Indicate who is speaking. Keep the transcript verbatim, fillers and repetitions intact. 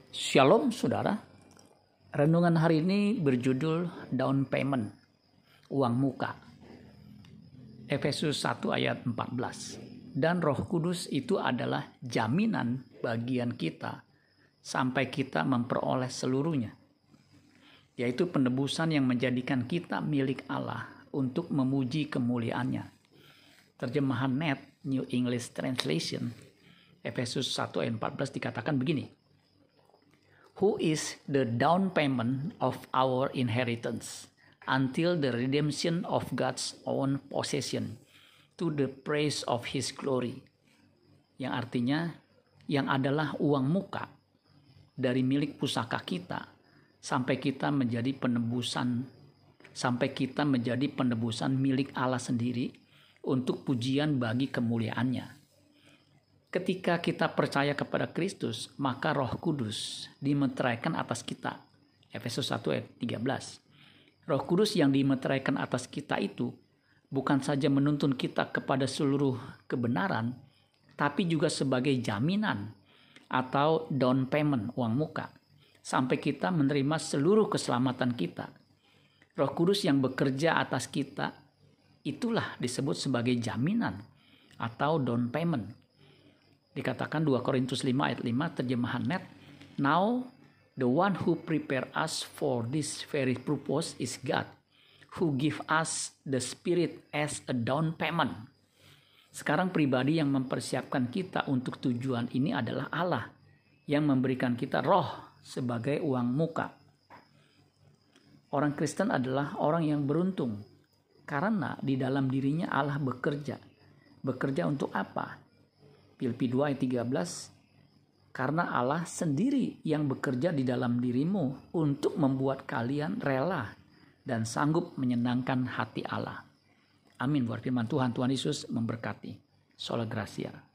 Speaker 1: Shalom saudara, renungan hari ini berjudul down payment, uang muka. Efesus satu ayat empat belas. Dan Roh Kudus itu adalah jaminan bagian kita sampai kita memperoleh seluruhnya, yaitu penebusan yang menjadikan kita milik Allah untuk memuji kemuliaannya. Terjemahan Net New English Translation Efesus satu ayat empat belas dikatakan begini. Who is the down payment of our inheritance until the redemption of God's own possession to the praise of His glory. Yang artinya, yang adalah uang muka dari milik pusaka kita sampai kita menjadi penebusan, sampai kita menjadi penebusan milik Allah sendiri untuk pujian bagi kemuliaannya. Ketika kita percaya kepada Kristus, maka Roh Kudus dimeteraikan atas kita. Efesus satu ayat tiga belas. Roh Kudus yang dimeteraikan atas kita itu bukan saja menuntun kita kepada seluruh kebenaran, tapi juga sebagai jaminan atau down payment, uang muka, sampai kita menerima seluruh keselamatan kita. Roh Kudus yang bekerja atas kita, itulah disebut sebagai jaminan atau down payment. Dikatakan dua Korintus lima ayat lima terjemahan Net. Now the one who prepare us for this very purpose is God, who give us the Spirit as a down payment. Sekarang pribadi yang mempersiapkan kita untuk tujuan ini adalah Allah, yang memberikan kita roh sebagai uang muka. Orang Kristen adalah orang yang beruntung, karena di dalam dirinya Allah bekerja. Bekerja untuk apa? Filipi dua ayat tiga belas, karena Allah sendiri yang bekerja di dalam dirimu untuk membuat kalian rela dan sanggup menyenangkan hati Allah. Amin. Buat firman Tuhan, Tuhan Yesus memberkati. Sola Gracia.